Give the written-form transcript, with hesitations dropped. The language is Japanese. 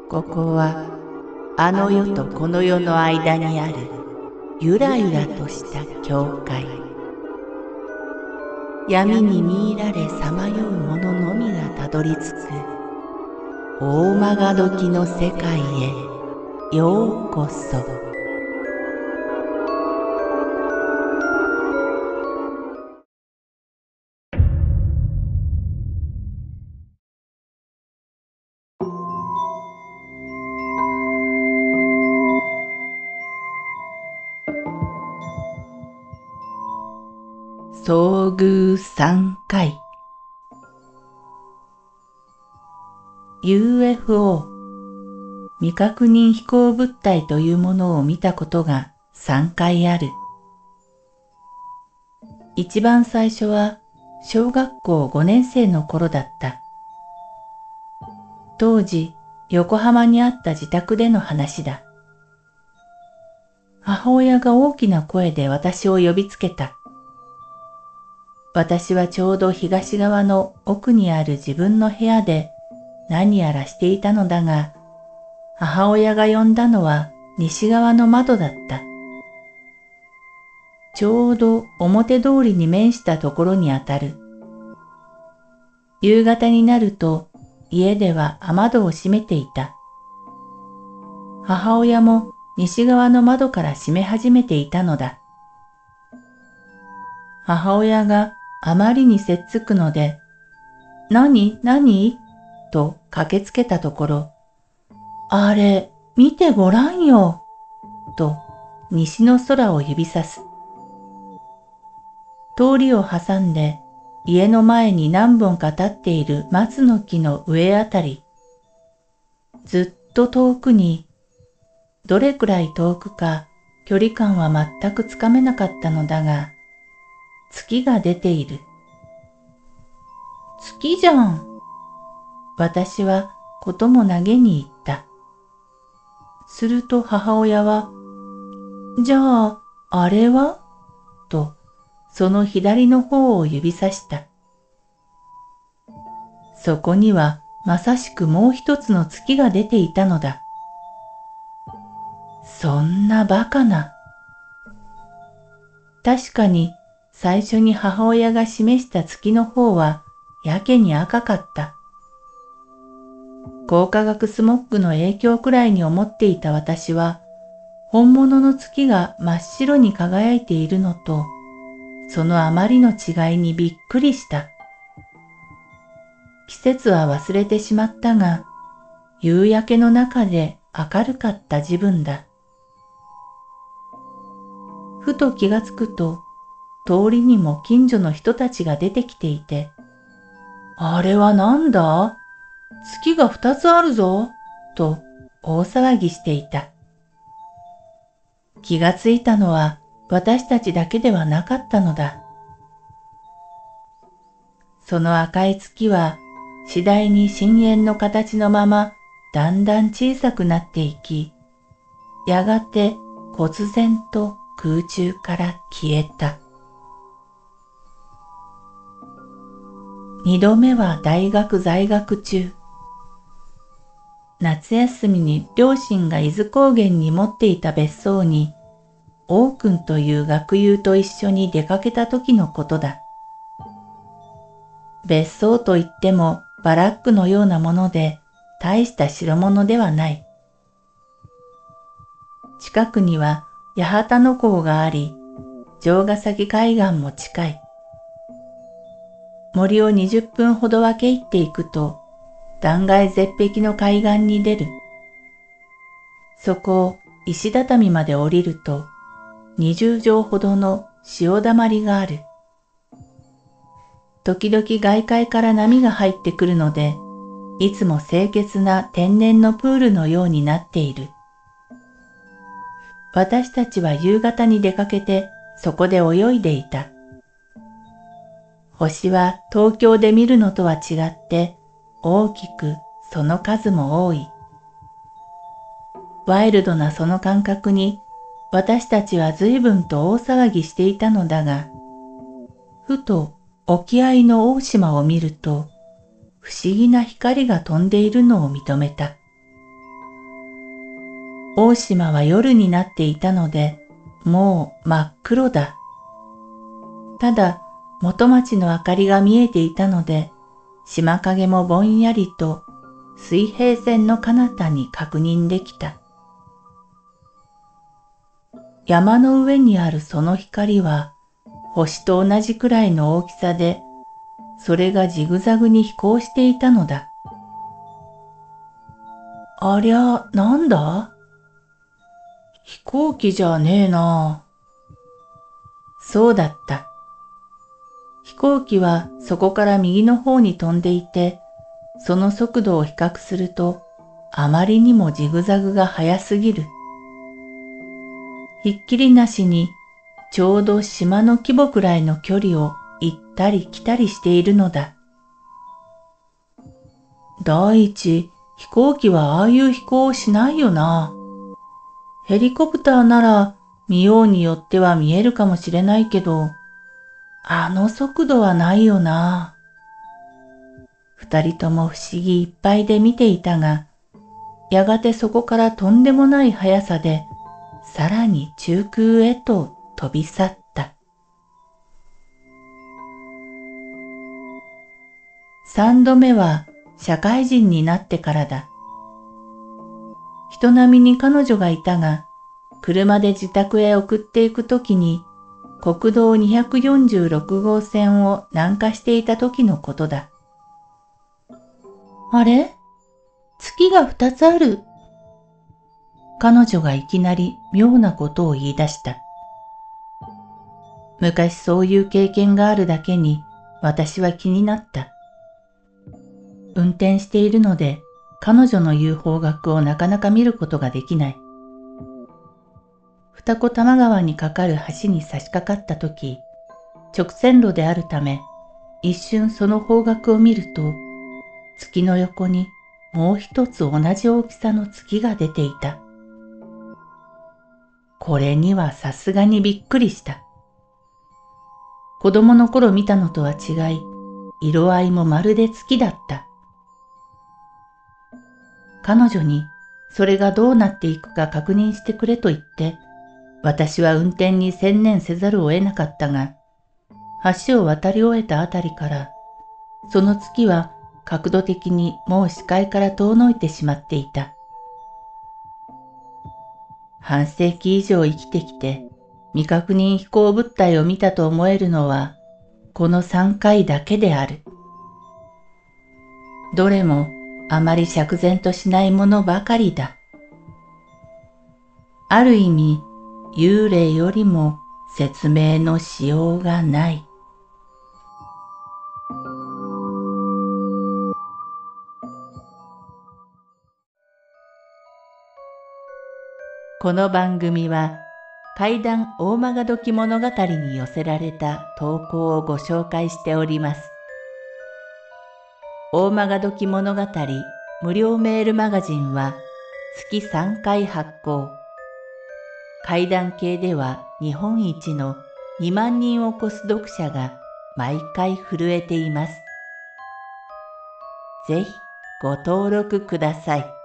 ここはあの世とこの世の間にあるゆらゆらとした境界。闇に見入られさまよう者のみがたどり着く大曲どきの世界へようこそ。遭遇3回 UFO 未確認飛行物体というものを見たことが3回ある。一番最初は小学校5年生の頃だった。当時横浜にあった自宅での話だ。母親が大きな声で私を呼びつけた。私はちょうど東側の奥にある自分の部屋で何やらしていたのだが、母親が呼んだのは西側の窓だった。ちょうど表通りに面したところにあたる。夕方になると家では雨戸を閉めていた。母親も西側の窓から閉め始めていたのだ。母親があまりにせっつくので、何と駆けつけたところ、あれ、見てごらんよ、と西の空を指さす。通りを挟んで家の前に何本か立っている松の木の上あたり、ずっと遠くに、どれくらい遠くか距離感は全くつかめなかったのだが、月が出ている。月じゃん。私はことも投げに言った。すると母親は、じゃあ、あれはと、その左の方を指さした。そこにはまさしくもう一つの月が出ていたのだ。そんなバカな。確かに最初に母親が示した月の方はやけに赤かった。光化学スモッグの影響くらいに思っていた私は、本物の月が真っ白に輝いているのと、そのあまりの違いにびっくりした。季節は忘れてしまったが、夕焼けの中で明るかった自分だ。ふと気がつくと、通りにも近所の人たちが出てきていて、あれはなんだ？月が2つあるぞ、と大騒ぎしていた。気がついたのは私たちだけではなかったのだ。その赤い月は次第に深淵の形のままだんだん小さくなっていき、やがて忽然と空中から消えた。二度目は大学在学中。夏休みに両親が伊豆高原に持っていた別荘に、王くんという学友と一緒に出かけた時のことだ。別荘といってもバラックのようなもので、大した代物ではない。近くには八幡の港があり、城ヶ崎海岸も近い。森を20分ほど分け入っていくと、断崖絶壁の海岸に出る。そこを石畳まで降りると、20畳ほどの潮だまりがある。時々外海から波が入ってくるので、いつも清潔な天然のプールのようになっている。私たちは夕方に出かけてそこで泳いでいた。星は東京で見るのとは違って大きくその数も多い。ワイルドなその感覚に私たちは随分と大騒ぎしていたのだが、ふと沖合の大島を見ると不思議な光が飛んでいるのを認めた。 大島は夜になっていたので、もう真っ黒だ。ただ、元町の明かりが見えていたので、島影もぼんやりと水平線の彼方に確認できた。山の上にあるその光は、星と同じくらいの大きさで、それがジグザグに飛行していたのだ。ありゃ、なんだ？飛行機じゃねえな。そうだった。飛行機はそこから右の方に飛んでいて、その速度を比較すると、あまりにもジグザグが速すぎる。ひっきりなしに、ちょうど島の規模くらいの距離を行ったり来たりしているのだ。第一、飛行機はああいう飛行をしないよな。ヘリコプターなら見ようによっては見えるかもしれないけど、あの速度はないよな。二人とも不思議いっぱいで見ていたが、やがてそこからとんでもない速さで、さらに中空へと飛び去った。三度目は社会人になってからだ。人並みに彼女がいたが、車で自宅へ送っていくときに、国道246号線を南下していた時のことだ。あれ？月が2つある。彼女がいきなり妙なことを言い出した。昔そういう経験があるだけに私は気になった。運転しているので彼女の言う方角をなかなか見ることができない。二子玉川に架かる橋に差し掛かったとき、直線路であるため、一瞬その方角を見ると、月の横にもう一つ同じ大きさの月が出ていた。これにはさすがにびっくりした。子供の頃見たのとは違い、色合いもまるで月だった。彼女にそれがどうなっていくか確認してくれと言って、私は運転に専念せざるを得なかったが、橋を渡り終えたあたりから、その月は角度的にもう視界から遠のいてしまっていた。半世紀以上生きてきて、未確認飛行物体を見たと思えるのは、この3回だけである。どれもあまり釈然としないものばかりだ。ある意味、幽霊よりも説明のしようがない。この番組は怪談大曲どき物語に寄せられた投稿をご紹介しております。大曲どき物語無料メールマガジンは月3回発行。怪談系では日本一の2万人を超す読者が毎回震えています。ぜひご登録ください。